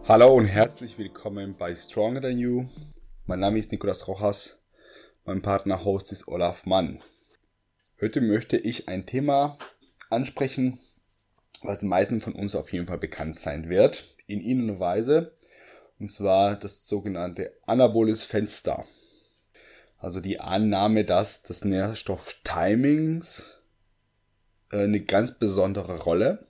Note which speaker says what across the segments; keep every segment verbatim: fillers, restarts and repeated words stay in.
Speaker 1: Hallo und herzlich willkommen bei Stronger Than You. Mein Name ist Nicolas Rojas, mein Partner-Host ist Olaf Mann. Heute möchte ich ein Thema ansprechen, was den meisten von uns auf jeden Fall bekannt sein wird, in irgendeiner Weise, und zwar das sogenannte Anaboles Fenster. Also die Annahme, dass das Nährstofftimings eine ganz besondere Rolle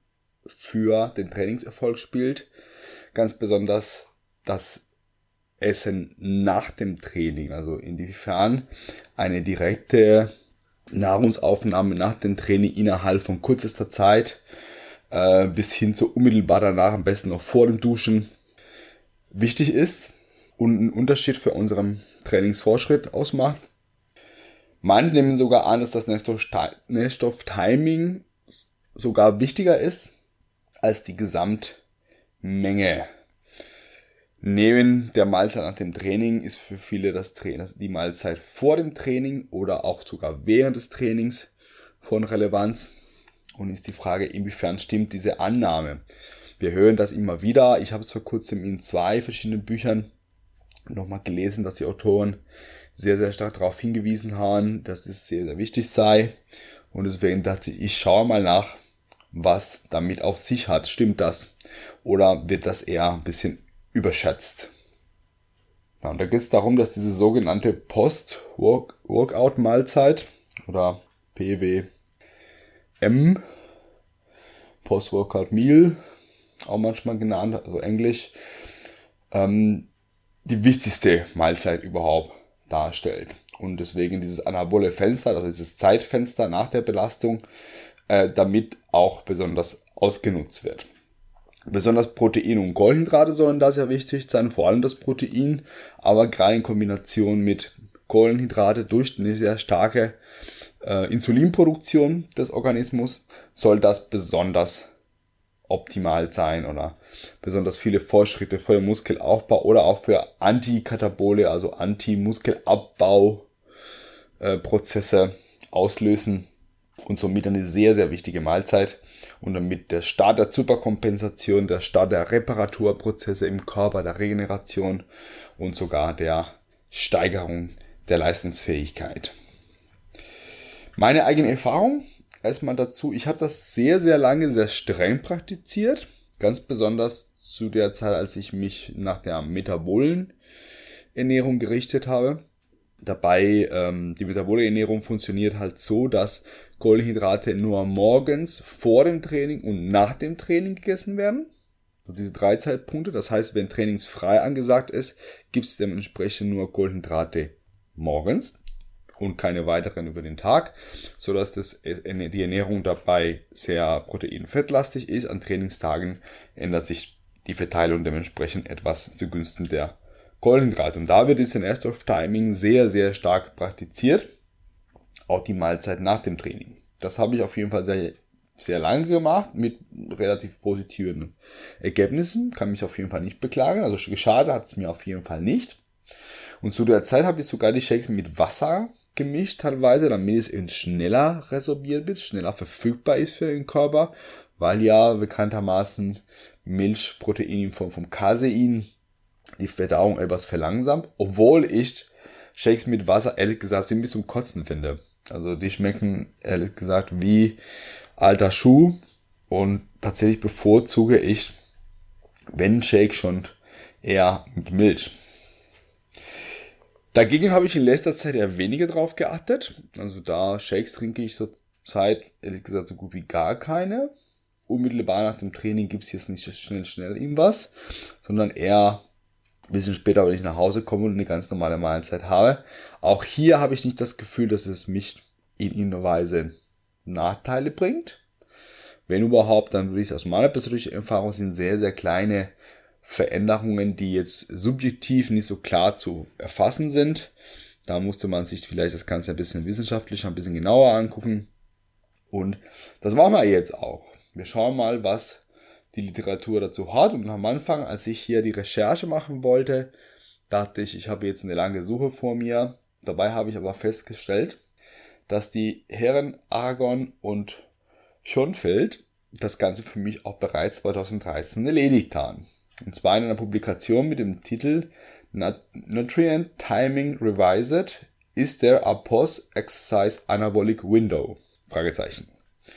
Speaker 1: für den Trainingserfolg spielt. Ganz besonders das Essen nach dem Training, also inwiefern eine direkte Nahrungsaufnahme nach dem Training innerhalb von kürzester Zeit äh, bis hin zu unmittelbar danach, am besten noch vor dem Duschen, wichtig ist und einen Unterschied für unseren Trainingsfortschritt ausmacht. Manche nehmen sogar an, dass das Nährstofftiming sogar wichtiger ist als die Gesamtmenge. Neben der Mahlzeit nach dem Training ist für viele das Training, die Mahlzeit vor dem Training oder auch sogar während des Trainings von Relevanz. Und ist die Frage, inwiefern stimmt diese Annahme? Wir hören das immer wieder. Ich habe es vor kurzem in zwei verschiedenen Büchern nochmal gelesen, dass die Autoren sehr, sehr stark darauf hingewiesen haben, dass es sehr, sehr wichtig sei. Und deswegen dachte ich, ich schaue mal nach, was damit auf sich hat. Stimmt das? Oder wird das eher ein bisschen überschätzt? Ja, und da geht es darum, dass diese sogenannte Post-Workout-Mahlzeit oder P W M, Post-Workout Meal, auch manchmal genannt, also Englisch, ähm, die wichtigste Mahlzeit überhaupt darstellt. Und deswegen dieses anabole Fenster, also dieses Zeitfenster nach der Belastung, äh, damit auch besonders ausgenutzt wird. Besonders Protein und Kohlenhydrate sollen da sehr wichtig sein, vor allem das Protein, aber gerade in Kombination mit Kohlenhydrate durch eine sehr starke äh, Insulinproduktion des Organismus soll das besonders optimal sein oder besonders viele Fortschritte für den Muskelaufbau oder auch für Antikatabole, also Anti-Muskelabbau-Prozesse äh, auslösen und somit eine sehr, sehr wichtige Mahlzeit und damit der Start der Superkompensation, der Start der Reparaturprozesse im Körper, der Regeneration und sogar der Steigerung der Leistungsfähigkeit. Meine eigene Erfahrung erstmal dazu, ich habe das sehr, sehr lange sehr streng praktiziert, ganz besonders zu der Zeit, als ich mich nach der metabolen Ernährung gerichtet habe. Dabei, ähm, die metabole Ernährung funktioniert halt so, dass Kohlenhydrate nur morgens vor dem Training und nach dem Training gegessen werden. Also diese drei Zeitpunkte. Das heißt, wenn trainingsfrei angesagt ist, gibt es dementsprechend nur Kohlenhydrate morgens und keine weiteren über den Tag, sodass das, die Ernährung dabei sehr proteinfettlastig ist. An Trainingstagen ändert sich die Verteilung dementsprechend etwas zugunsten der Kohlenhydrate. Und da wird dieses Nährstofftiming sehr, sehr stark praktiziert. Auch die Mahlzeit nach dem Training. Das habe ich auf jeden Fall sehr, sehr lange gemacht, mit relativ positiven Ergebnissen. Kann mich auf jeden Fall nicht beklagen. Also geschadet hat es mir auf jeden Fall nicht. Und zu der Zeit habe ich sogar die Shakes mit Wasser gemischt teilweise, damit es eben schneller resorbiert wird, schneller verfügbar ist für den Körper, weil ja bekanntermaßen Milchprotein in Form von Casein die Verdauung etwas verlangsamt, obwohl ich Shakes mit Wasser ehrlich gesagt ziemlich zum Kotzen finde. Also die schmecken ehrlich gesagt wie alter Schuh und tatsächlich bevorzuge ich, wenn Shake, schon eher mit Milch. Dagegen habe ich in letzter Zeit eher weniger drauf geachtet. Also da Shakes trinke ich zur Zeit ehrlich gesagt so gut wie gar keine. Unmittelbar nach dem Training gibt es jetzt nicht schnell schnell irgendwas, sondern eher ein bisschen später, wenn ich nach Hause komme und eine ganz normale Mahlzeit habe. Auch hier habe ich nicht das Gefühl, dass es mich in irgendeiner Weise Nachteile bringt. Wenn überhaupt, dann würde ich aus meiner persönlichen Erfahrung sind sehr, sehr kleine Veränderungen, die jetzt subjektiv nicht so klar zu erfassen sind. Da musste man sich vielleicht das Ganze ein bisschen wissenschaftlicher, ein bisschen genauer angucken. Und das machen wir jetzt auch. Wir schauen mal, was die Literatur dazu hat. Und am Anfang, als ich hier die Recherche machen wollte, dachte ich, ich habe jetzt eine lange Suche vor mir. Dabei habe ich aber festgestellt, dass die Herren Aragon und Schonfeld das Ganze für mich auch bereits zweitausenddreizehn erledigt haben. Und zwar in einer Publikation mit dem Titel Nutrient Timing Revised, Is there a Post-Exercise Anabolic Window? Fragezeichen.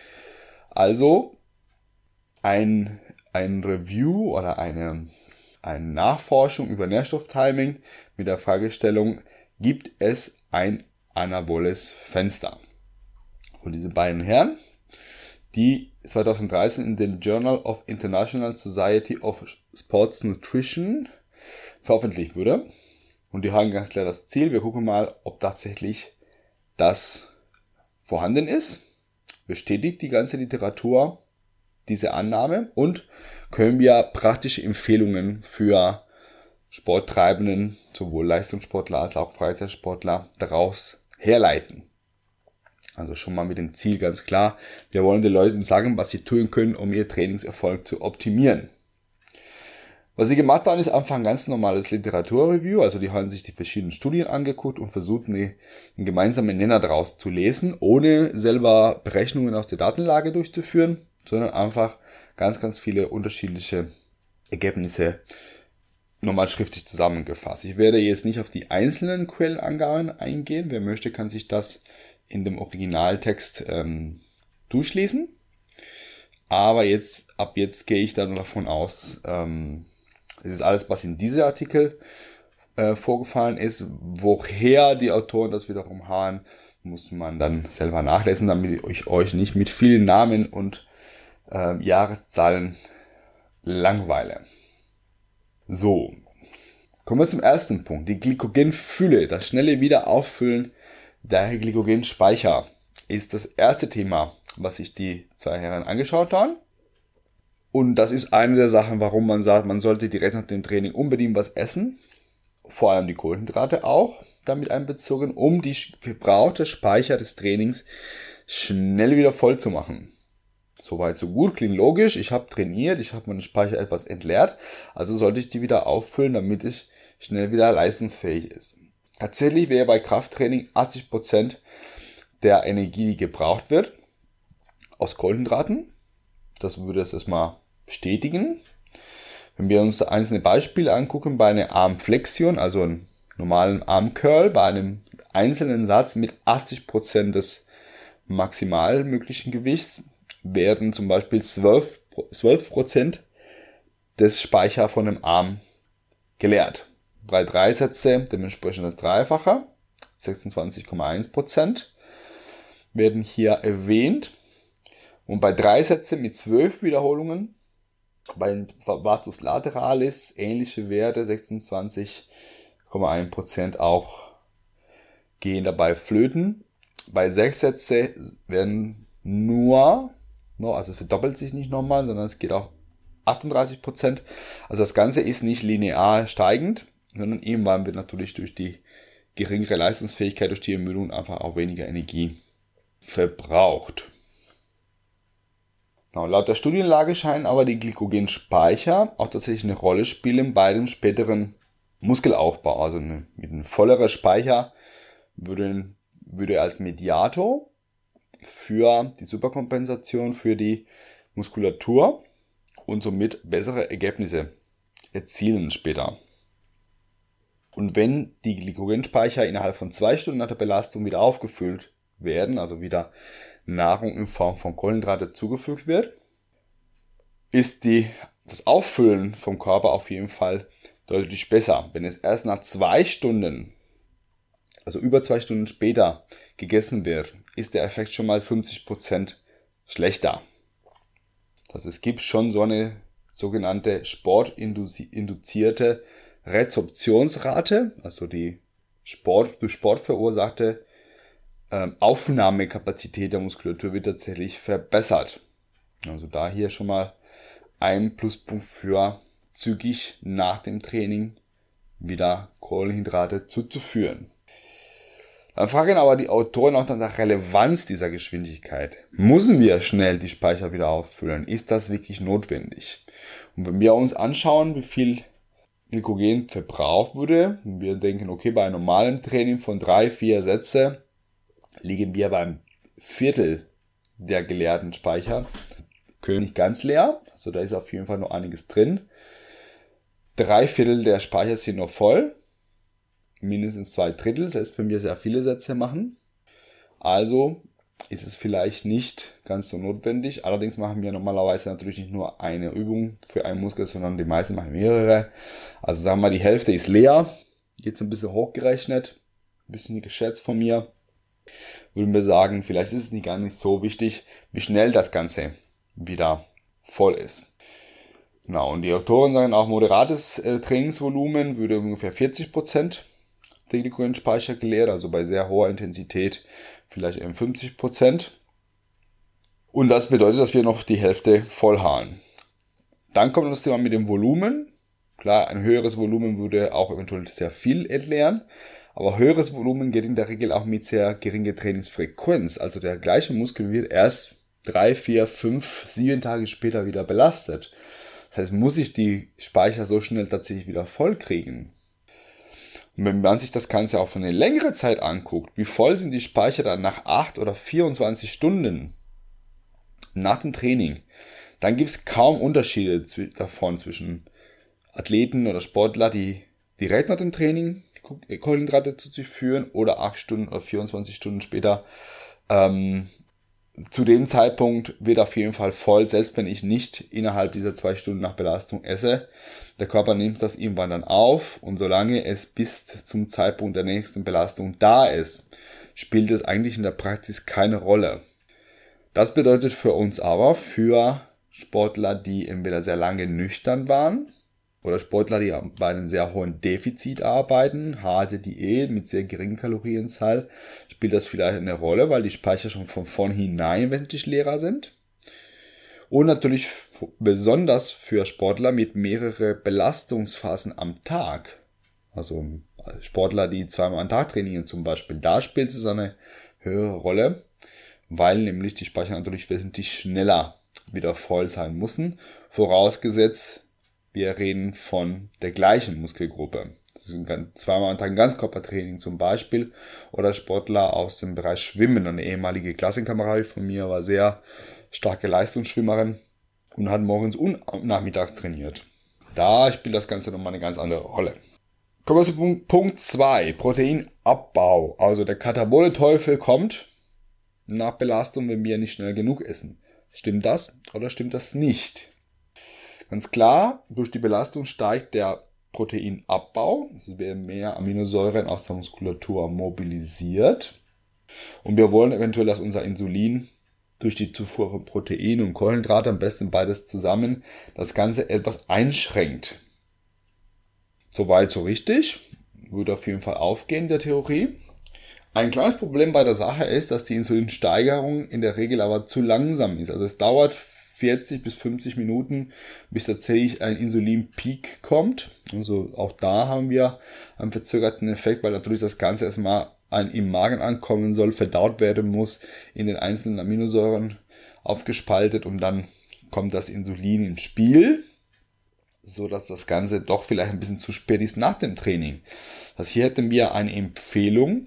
Speaker 1: Also ein, ein Review oder eine, eine Nachforschung über Nährstofftiming mit der Fragestellung, gibt es ein anaboles Fenster? Von diesen beiden Herren, die zweitausenddreizehn in den Journal of International Society of Sports Nutrition veröffentlicht wurde. Und die haben ganz klar das Ziel, wir gucken mal, ob tatsächlich das vorhanden ist. Bestätigt die ganze Literatur diese Annahme und können wir praktische Empfehlungen für Sporttreibenden, sowohl Leistungssportler als auch Freizeitsportler, daraus herleiten. Also schon mal mit dem Ziel ganz klar, wir wollen den Leuten sagen, was sie tun können, um ihr Trainingserfolg zu optimieren. Was sie gemacht haben, ist einfach ein ganz normales Literaturreview, also die haben sich die verschiedenen Studien angeguckt und versucht, einen gemeinsamen Nenner daraus zu lesen, ohne selber Berechnungen aus der Datenlage durchzuführen, sondern einfach ganz, ganz viele unterschiedliche Ergebnisse nochmal schriftlich zusammengefasst. Ich werde jetzt nicht auf die einzelnen Quellenangaben eingehen. Wer möchte, kann sich das in dem Originaltext ähm, durchlesen. Aber jetzt, ab jetzt gehe ich dann davon aus, ähm, es ist alles, was in diesem Artikel äh, vorgefallen ist. Woher die Autoren das wiederum haben, muss man dann selber nachlesen, damit ich euch nicht mit vielen Namen und äh, Jahreszahlen langweile. So, kommen wir zum ersten Punkt. Die Glykogenfülle, das schnelle Wiederauffüllen der Glykogenspeicher, ist das erste Thema, was sich die zwei Herren angeschaut haben. Und das ist eine der Sachen, warum man sagt, man sollte direkt nach dem Training unbedingt was essen. Vor allem die Kohlenhydrate auch damit einbezogen, um die verbrauchte Speicher des Trainings schnell wieder voll zu machen. Soweit so gut, klingt logisch. Ich habe trainiert, ich habe meinen Speicher etwas entleert, also sollte ich die wieder auffüllen, damit ich schnell wieder leistungsfähig ist. Tatsächlich wäre bei Krafttraining achtzig Prozent der Energie, die gebraucht wird, aus Kohlenhydraten. Das würde es erstmal bestätigen. Wenn wir uns einzelne Beispiele angucken, bei einer Armflexion, also einem normalen Armcurl, bei einem einzelnen Satz mit achtzig Prozent des maximal möglichen Gewichts, werden zum Beispiel zwölf Prozent des Speicher von dem Arm geleert. Bei drei Sätze dementsprechend das Dreifache, sechsundzwanzig Komma eins Prozent werden hier erwähnt. Und bei drei Sätze mit zwölf Wiederholungen, bei Vastus lateralis ähnliche Werte, sechsundzwanzig Komma eins Prozent auch gehen dabei flöten. Bei sechs Sätze werden nur, also es verdoppelt sich nicht nochmal, sondern es geht auch achtunddreißig Prozent. Also das Ganze ist nicht linear steigend, sondern irgendwann wird natürlich durch die geringere Leistungsfähigkeit, durch die Ermüdung einfach auch weniger Energie verbraucht. Genau, laut der Studienlage scheinen aber die Glykogenspeicher auch tatsächlich eine Rolle spielen bei dem späteren Muskelaufbau. Also eine, mit einem volleren Speicher würde, würde als Mediator für die Superkompensation für die Muskulatur und somit bessere Ergebnisse erzielen später. Und wenn die Glykogenspeicher innerhalb von zwei Stunden nach der Belastung wieder aufgefüllt werden, also wieder Nahrung in Form von Kohlenhydrate zugefügt wird, ist die, das Auffüllen vom Körper auf jeden Fall deutlich besser. Wenn es erst nach zwei Stunden, also über zwei Stunden später gegessen wird, ist der Effekt schon mal fünfzig Prozent schlechter. Das es gibt schon so eine sogenannte sportinduzierte Resorptionsrate, also die Sport, durch Sport verursachte ähm, Aufnahmekapazität der Muskulatur wird tatsächlich verbessert. Also da hier schon mal ein Pluspunkt für zügig nach dem Training wieder Kohlenhydrate zuzuführen. Dann fragen aber die Autoren auch nach der Relevanz dieser Geschwindigkeit. Müssen wir schnell die Speicher wieder auffüllen? Ist das wirklich notwendig? Und wenn wir uns anschauen, wie viel Glykogen verbraucht wurde, und wir denken, okay, bei einem normalen Training von drei, vier Sätze liegen wir beim Viertel der geleerten Speicher. Können nicht ganz leer, also da ist auf jeden Fall noch einiges drin. Drei Viertel der Speicher sind noch voll. Mindestens zwei Drittel, selbst wenn wir sehr viele Sätze machen. Also ist es vielleicht nicht ganz so notwendig. Allerdings machen wir normalerweise natürlich nicht nur eine Übung für einen Muskel, sondern die meisten machen mehrere. Also sagen wir mal, die Hälfte ist leer. Jetzt ein bisschen hochgerechnet, ein bisschen geschätzt von mir. Würden wir sagen, vielleicht ist es nicht gar nicht so wichtig, wie schnell das Ganze wieder voll ist. Genau, und die Autoren sagen auch, moderates äh, Trainingsvolumen würde ungefähr vierzig Prozent der Glykogenspeicher geleert, also bei sehr hoher Intensität vielleicht eben fünfzig Prozent. Und das bedeutet, dass wir noch die Hälfte voll haben. Dann kommt das Thema mit dem Volumen. Klar, ein höheres Volumen würde auch eventuell sehr viel entleeren, aber höheres Volumen geht in der Regel auch mit sehr geringer Trainingsfrequenz. Also der gleiche Muskel wird erst drei, vier, fünf, sieben Tage später wieder belastet. Das heißt, muss ich die Speicher so schnell tatsächlich wieder voll kriegen. Und wenn man sich das Ganze auch für eine längere Zeit anguckt, wie voll sind die Speicher dann nach acht oder vierundzwanzig Stunden nach dem Training, dann gibt es kaum Unterschiede davon zwischen Athleten oder Sportler, die direkt nach dem Training Kohlenhydrate zu sich führen oder acht Stunden oder vierundzwanzig Stunden später. Ähm, zu dem Zeitpunkt wird auf jeden Fall voll, selbst wenn ich nicht innerhalb dieser zwei Stunden nach Belastung esse. Der Körper nimmt das irgendwann dann auf und solange es bis zum Zeitpunkt der nächsten Belastung da ist, spielt es eigentlich in der Praxis keine Rolle. Das bedeutet für uns aber, für Sportler, die entweder sehr lange nüchtern waren oder Sportler, die bei einem sehr hohen Defizit arbeiten, harte Diät mit sehr geringen Kalorienzahl, spielt das vielleicht eine Rolle, weil die Speicher schon von vornherein wesentlich leerer sind. Und natürlich besonders für Sportler mit mehreren Belastungsphasen am Tag. Also Sportler, die zweimal am Tag trainieren zum Beispiel, da spielt es eine höhere Rolle, weil nämlich die Speicher natürlich wesentlich schneller wieder voll sein müssen, vorausgesetzt, wir reden von der gleichen Muskelgruppe. Das ist ein, zweimal am Tag ein Ganzkörpertraining zum Beispiel. Oder Sportler aus dem Bereich Schwimmen. Eine ehemalige Klassenkameradin von mir war sehr starke Leistungsschwimmerin und hat morgens und nachmittags trainiert. Da spielt das Ganze nochmal eine ganz andere Rolle. Kommen wir zu Punkt zwei. Proteinabbau. Also der katabole Teufel kommt nach Belastung, wenn wir nicht schnell genug essen. Stimmt das oder stimmt das nicht? Ganz klar, durch die Belastung steigt der Proteinabbau. Es werden mehr Aminosäuren aus der Muskulatur mobilisiert. Und wir wollen eventuell, dass unser Insulin durch die Zufuhr von Protein und Kohlenhydrate, am besten beides zusammen, das Ganze etwas einschränkt. Soweit so richtig. Würde auf jeden Fall aufgehen in der Theorie. Ein kleines Problem bei der Sache ist, dass die Insulinsteigerung in der Regel aber zu langsam ist. Also es dauert vierzig bis fünfzig Minuten, bis tatsächlich ein Insulinpeak kommt. Also auch da haben wir einen verzögerten Effekt, weil natürlich das Ganze erstmal ein, im Magen ankommen soll, verdaut werden muss, in den einzelnen Aminosäuren aufgespaltet und dann kommt das Insulin ins Spiel, so dass das Ganze doch vielleicht ein bisschen zu spät ist nach dem Training. Das hier hätten wir eine Empfehlung,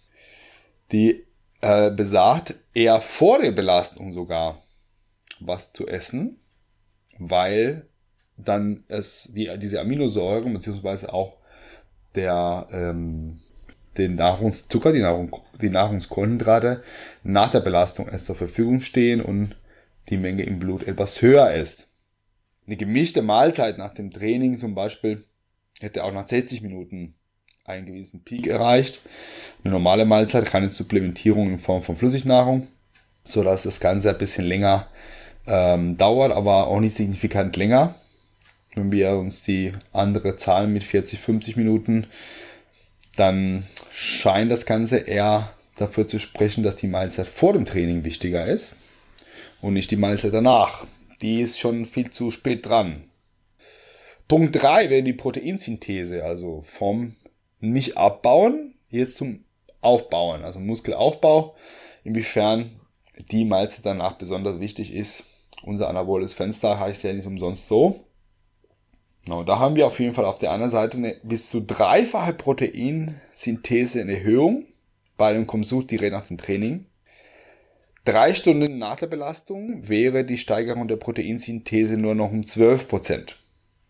Speaker 1: die äh, besagt, eher vor der Belastung sogar was zu essen, weil dann es die, diese Aminosäuren beziehungsweise auch der ähm, den Nahrungszucker, die, Nahrung, die Nahrungskohlenhydrate nach der Belastung erst zur Verfügung stehen und die Menge im Blut etwas höher ist. Eine gemischte Mahlzeit nach dem Training zum Beispiel hätte auch nach sechzig Minuten einen gewissen Peak erreicht. Eine normale Mahlzeit, keine Supplementierung in Form von Flüssignahrung, sodass das Ganze ein bisschen länger ähm, dauert, aber auch nicht signifikant länger. Wenn wir uns die andere Zahlen mit vierzig, fünfzig Minuten, dann scheint das Ganze eher dafür zu sprechen, dass die Mahlzeit vor dem Training wichtiger ist und nicht die Mahlzeit danach. Die ist schon viel zu spät dran. Punkt drei wäre die Proteinsynthese, also vom nicht abbauen, jetzt zum Aufbauen, also Muskelaufbau, inwiefern die Mahlzeit danach besonders wichtig ist. Unser anaboles Fenster heißt ja nicht umsonst so. Genau, da haben wir auf jeden Fall auf der anderen Seite eine bis zu dreifache Proteinsynthese in Erhöhung bei dem Konsum direkt nach dem Training. Drei Stunden nach der Belastung wäre die Steigerung der Proteinsynthese nur noch um zwölf Prozent.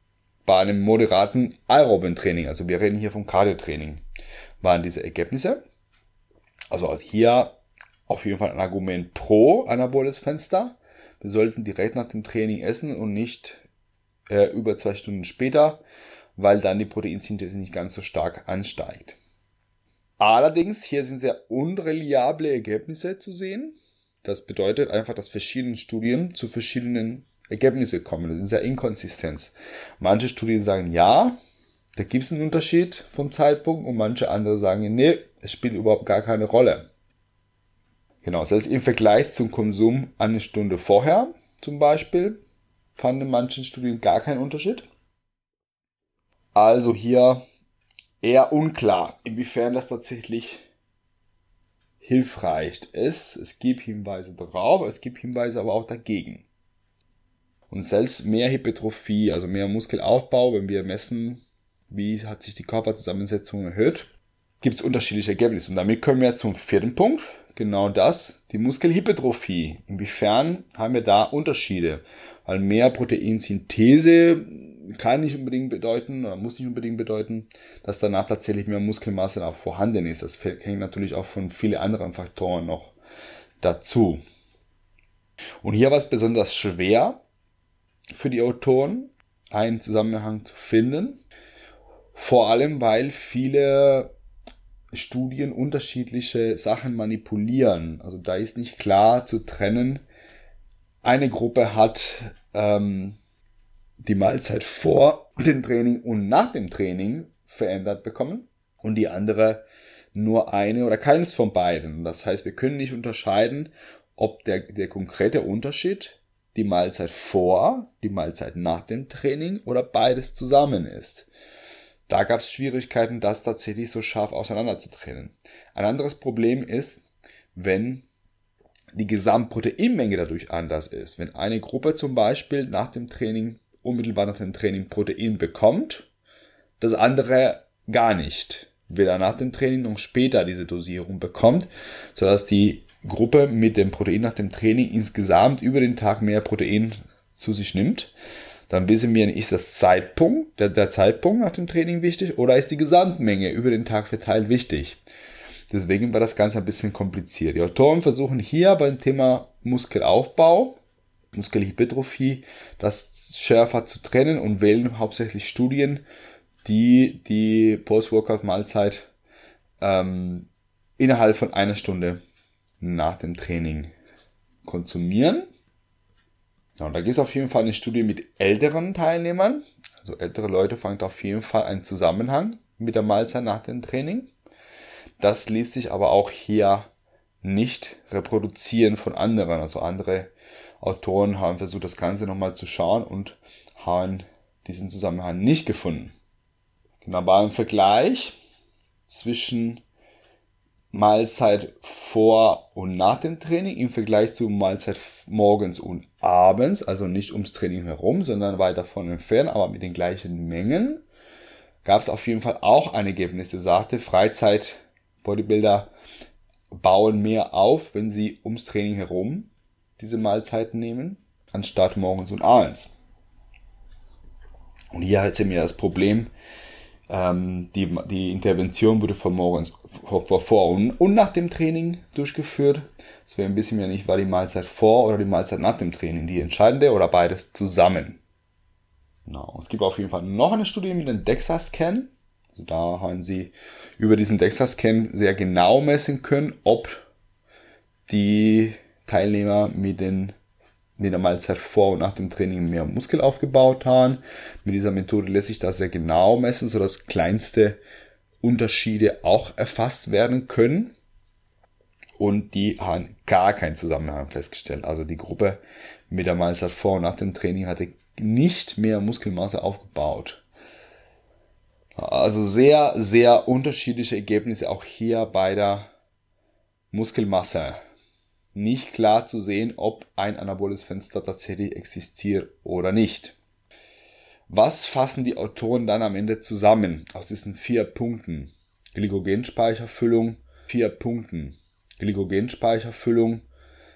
Speaker 1: bei einem moderaten aeroben Training, also wir reden hier vom Cardio-Training, waren diese Ergebnisse. Also hier auf jeden Fall ein Argument pro anaboles Fenster. Wir sollten direkt nach dem Training essen und nicht äh, über zwei Stunden später, weil dann die Proteinsynthese nicht ganz so stark ansteigt. Allerdings, hier sind sehr unreliable Ergebnisse zu sehen. Das bedeutet einfach, dass verschiedene Studien zu verschiedenen Ergebnissen kommen. Das ist sehr inkonsistent. Manche Studien sagen, ja, da gibt es einen Unterschied vom Zeitpunkt, und manche andere sagen, nee, es spielt überhaupt gar keine Rolle. Genau, das heißt, im Vergleich zum Konsum eine Stunde vorher zum Beispiel fanden in manchen Studien gar keinen Unterschied. Also hier eher unklar, inwiefern das tatsächlich hilfreich ist. Es gibt Hinweise darauf, es gibt Hinweise aber auch dagegen. Und selbst mehr Hypertrophie, also mehr Muskelaufbau, wenn wir messen, wie hat sich die Körperzusammensetzung erhöht, gibt es unterschiedliche Ergebnisse. Und damit kommen wir zum vierten Punkt, genau das, die Muskelhypertrophie. Inwiefern haben wir da Unterschiede? Weil mehr Proteinsynthese kann nicht unbedingt bedeuten oder muss nicht unbedingt bedeuten, dass danach tatsächlich mehr Muskelmasse auch vorhanden ist. Das hängt natürlich auch von vielen anderen Faktoren noch dazu. Und hier war es besonders schwer für die Autoren, einen Zusammenhang zu finden. Vor allem, weil viele Studien unterschiedliche Sachen manipulieren. Also da ist nicht klar zu trennen. Eine Gruppe hat ähm, die Mahlzeit vor dem Training und nach dem Training verändert bekommen und die andere nur eine oder keines von beiden. Das heißt, wir können nicht unterscheiden, ob der, der konkrete Unterschied die Mahlzeit vor, die Mahlzeit nach dem Training oder beides zusammen ist. Da gab es Schwierigkeiten, das tatsächlich so scharf auseinander zu trennen. Ein anderes Problem ist, wenn die Gesamtproteinmenge dadurch anders ist. Wenn eine Gruppe zum Beispiel nach dem Training, unmittelbar nach dem Training Protein bekommt, das andere gar nicht. Weder nach dem Training noch später diese Dosierung bekommt, sodass die Gruppe mit dem Protein nach dem Training insgesamt über den Tag mehr Protein zu sich nimmt. Dann wissen wir, ist das Zeitpunkt, der, der Zeitpunkt nach dem Training wichtig oder ist die Gesamtmenge über den Tag verteilt wichtig? Deswegen war das Ganze ein bisschen kompliziert. Die Autoren versuchen hier beim Thema Muskelaufbau, Muskelhypertrophie, das schärfer zu trennen und wählen hauptsächlich Studien, die die Post-Workout-Mahlzeit ähm, innerhalb von einer Stunde nach dem Training konsumieren. Ja, und da gibt es auf jeden Fall eine Studie mit älteren Teilnehmern. Also ältere Leute fangen auf jeden Fall einen Zusammenhang mit der Mahlzeit nach dem Training. Das ließ sich aber auch hier nicht reproduzieren von anderen. Also andere Autoren haben versucht, das Ganze nochmal zu schauen und haben diesen Zusammenhang nicht gefunden. Genau, beim Vergleich zwischen Mahlzeit vor und nach dem Training im Vergleich zu Mahlzeit morgens und abends, also nicht ums Training herum, sondern weit davon entfernt, aber mit den gleichen Mengen, gab es auf jeden Fall auch ein Ergebnis, das sagte, Freizeit-Bodybuilder bauen mehr auf, wenn sie ums Training herum diese Mahlzeiten nehmen, anstatt morgens und abends. Und hier hat sie mir das Problem, ähm, die, die Intervention wurde von morgens, vor, vor und, und nach dem Training durchgeführt. Deswegen wissen wir nicht, war die Mahlzeit vor oder die Mahlzeit nach dem Training die entscheidende oder beides zusammen. Genau. Es gibt auf jeden Fall noch eine Studie mit dem DEXA-Scan. Also da haben sie über diesen DEXA-Scan sehr genau messen können, ob die Teilnehmer mit, den, mit der Mahlzeit vor und nach dem Training mehr Muskel aufgebaut haben. Mit dieser Methode lässt sich das sehr genau messen, sodass kleinste Unterschiede auch erfasst werden können. Und die haben gar keinen Zusammenhang festgestellt. Also die Gruppe mit der Mahlzeit vor und nach dem Training hatte nicht mehr Muskelmasse aufgebaut. Also sehr, sehr unterschiedliche Ergebnisse auch hier bei der Muskelmasse. Nicht klar zu sehen, ob ein anaboles Fenster tatsächlich existiert oder nicht. Was fassen die Autoren dann am Ende zusammen aus diesen vier Punkten? Glykogenspeicherfüllung, vier Punkten. Glykogenspeicherfüllung,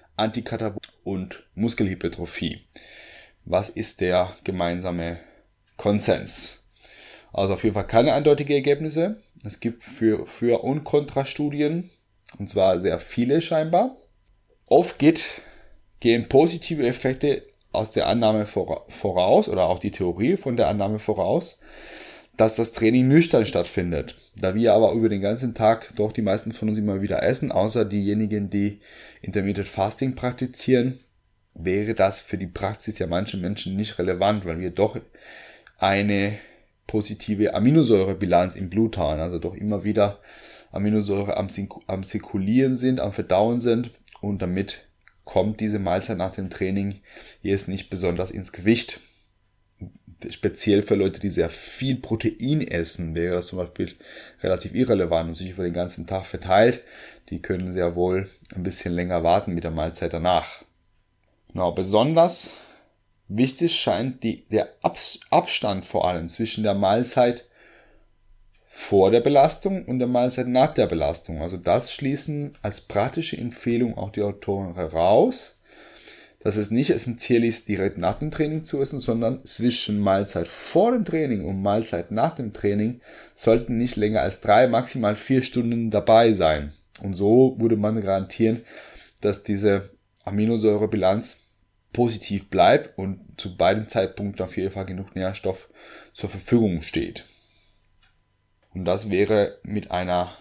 Speaker 1: Antikatabolismus und Muskelhypertrophie. Was ist der gemeinsame Konsens. Also auf jeden Fall keine eindeutigen Ergebnisse. Es gibt für, für und Kontrastudien, und zwar sehr viele scheinbar. Oft geht, gehen positive Effekte aus der Annahme voraus, oder auch die Theorie von der Annahme voraus, dass das Training nüchtern stattfindet. Da wir aber über den ganzen Tag doch die meisten von uns immer wieder essen, außer diejenigen, die Intermittent Fasting praktizieren, wäre das für die Praxis ja manchen Menschen nicht relevant, weil wir doch eine positive Aminosäurebilanz im Blut haben, also doch immer wieder Aminosäure am, am Zirkulieren sind, am Verdauen sind, und damit kommt diese Mahlzeit nach dem Training jetzt nicht besonders ins Gewicht. Speziell für Leute, die sehr viel Protein essen, wäre das zum Beispiel relativ irrelevant und sich über den ganzen Tag verteilt. Die können sehr wohl ein bisschen länger warten mit der Mahlzeit danach. Genau, besonders wichtig scheint die, der Abstand vor allem zwischen der Mahlzeit vor der Belastung und der Mahlzeit nach der Belastung. Also das schließen als praktische Empfehlung auch die Autoren heraus, dass es nicht essentiell ist, direkt nach dem Training zu essen, sondern zwischen Mahlzeit vor dem Training und Mahlzeit nach dem Training sollten nicht länger als drei, maximal vier Stunden dabei sein. Und so würde man garantieren, dass diese Aminosäurebilanz positiv bleibt und zu beiden Zeitpunkten auf jeden Fall genug Nährstoff zur Verfügung steht. Und das wäre mit einer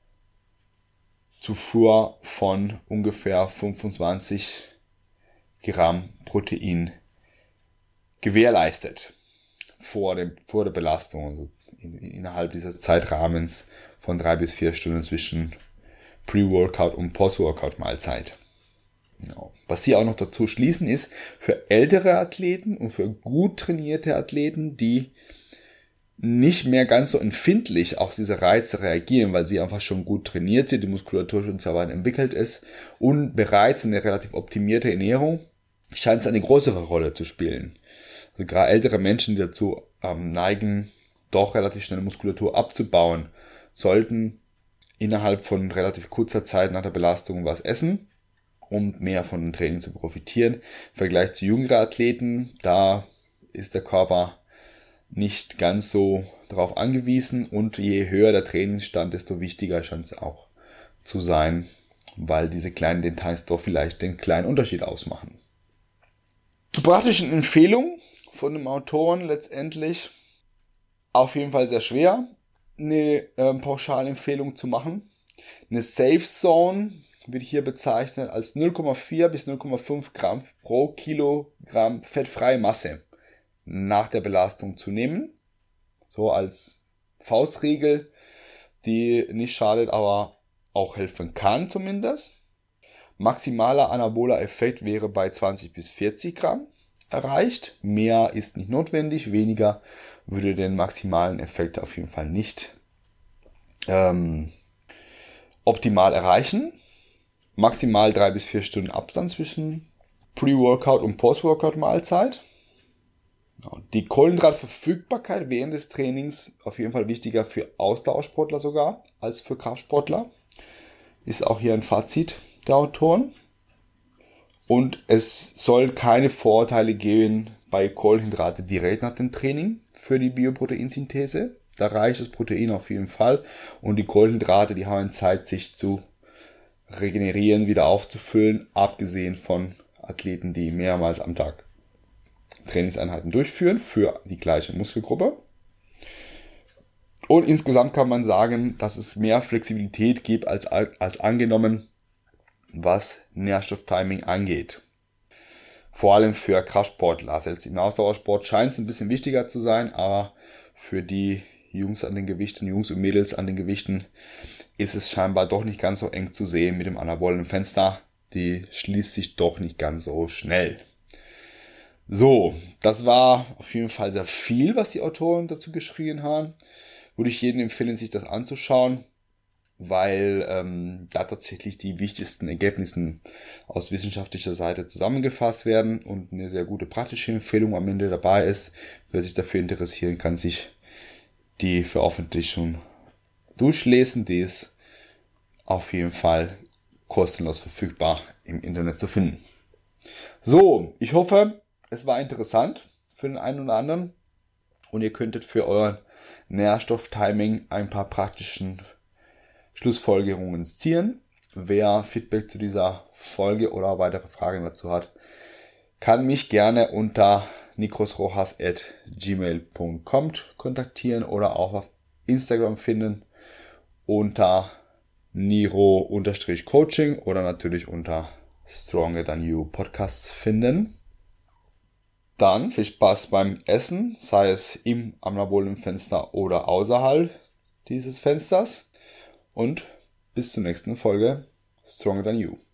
Speaker 1: Zufuhr von ungefähr fünfundzwanzig Gramm Protein gewährleistet vor, dem, vor der Belastung, also in, innerhalb dieses Zeitrahmens von drei bis vier Stunden zwischen Pre-Workout und Post-Workout-Mahlzeit. Genau. Was sie auch noch dazu schließen ist, für ältere Athleten und für gut trainierte Athleten, die nicht mehr ganz so empfindlich auf diese Reize reagieren, weil sie einfach schon gut trainiert sind, die Muskulatur schon sehr weit entwickelt ist und bereits eine relativ optimierte Ernährung, scheint es eine größere Rolle zu spielen. Also gerade ältere Menschen, die dazu ähm, neigen, doch relativ schnell Muskulatur abzubauen, sollten innerhalb von relativ kurzer Zeit nach der Belastung was essen, um mehr von dem Training zu profitieren. Im Vergleich zu jüngeren Athleten, da ist der Körper nicht ganz so darauf angewiesen, und je höher der Trainingsstand, desto wichtiger scheint es auch zu sein, weil diese kleinen Details doch vielleicht den kleinen Unterschied ausmachen. Zur praktischen Empfehlung von dem Autoren letztendlich auf jeden Fall sehr schwer, eine äh, pauschale Empfehlung zu machen. Eine Safe Zone wird hier bezeichnet als null Komma vier bis null Komma fünf Gramm pro Kilogramm fettfreie Masse nach der Belastung zu nehmen. So als Faustregel, die nicht schadet, aber auch helfen kann zumindest. Maximaler anaboler Effekt wäre bei zwanzig bis vierzig Gramm erreicht. Mehr ist nicht notwendig, weniger würde den maximalen Effekt auf jeden Fall nicht ähm, optimal erreichen. Maximal drei bis vier Stunden Abstand zwischen Pre-Workout und Post-Workout-Mahlzeit. Die Kohlenhydratverfügbarkeit während des Trainings auf jeden Fall wichtiger für Ausdauersportler sogar als für Kraftsportler. Ist auch hier ein Fazit der Autoren. Und es soll keine Vorteile geben bei Kohlenhydrate direkt nach dem Training für die Bioproteinsynthese. Da reicht das Protein auf jeden Fall. Und die Kohlenhydrate, die haben Zeit, sich zu regenerieren, wieder aufzufüllen, abgesehen von Athleten, die mehrmals am Tag Trainingseinheiten durchführen für die gleiche Muskelgruppe. Und insgesamt kann man sagen, dass es mehr Flexibilität gibt als, als angenommen, was Nährstofftiming angeht. Vor allem für Kraftsportler. Also jetzt im Ausdauersport scheint es ein bisschen wichtiger zu sein, aber für die Jungs an den Gewichten, Jungs und Mädels an den Gewichten, ist es scheinbar doch nicht ganz so eng zu sehen mit dem anabolen Fenster. Die schließt sich doch nicht ganz so schnell. So, das war auf jeden Fall sehr viel, was die Autoren dazu geschrieben haben. Würde ich jedem empfehlen, sich das anzuschauen, weil ähm, da tatsächlich die wichtigsten Ergebnisse aus wissenschaftlicher Seite zusammengefasst werden und eine sehr gute praktische Empfehlung am Ende dabei ist. Wer sich dafür interessieren kann, sich die Veröffentlichung durchlesen. Die ist auf jeden Fall kostenlos verfügbar im Internet zu finden. So, ich hoffe, es war interessant für den einen oder anderen und ihr könntet für euer Nährstofftiming ein paar praktischen Schlussfolgerungen ziehen. Wer Feedback zu dieser Folge oder weitere Fragen dazu hat, kann mich gerne unter nikrosrojas at gmail punkt com kontaktieren oder auch auf Instagram finden unter niro-coaching oder natürlich unter Stronger Than You Podcasts finden. Dann viel Spaß beim Essen, sei es im Anabolenfenster oder außerhalb dieses Fensters. Und bis zur nächsten Folge Stronger Than You.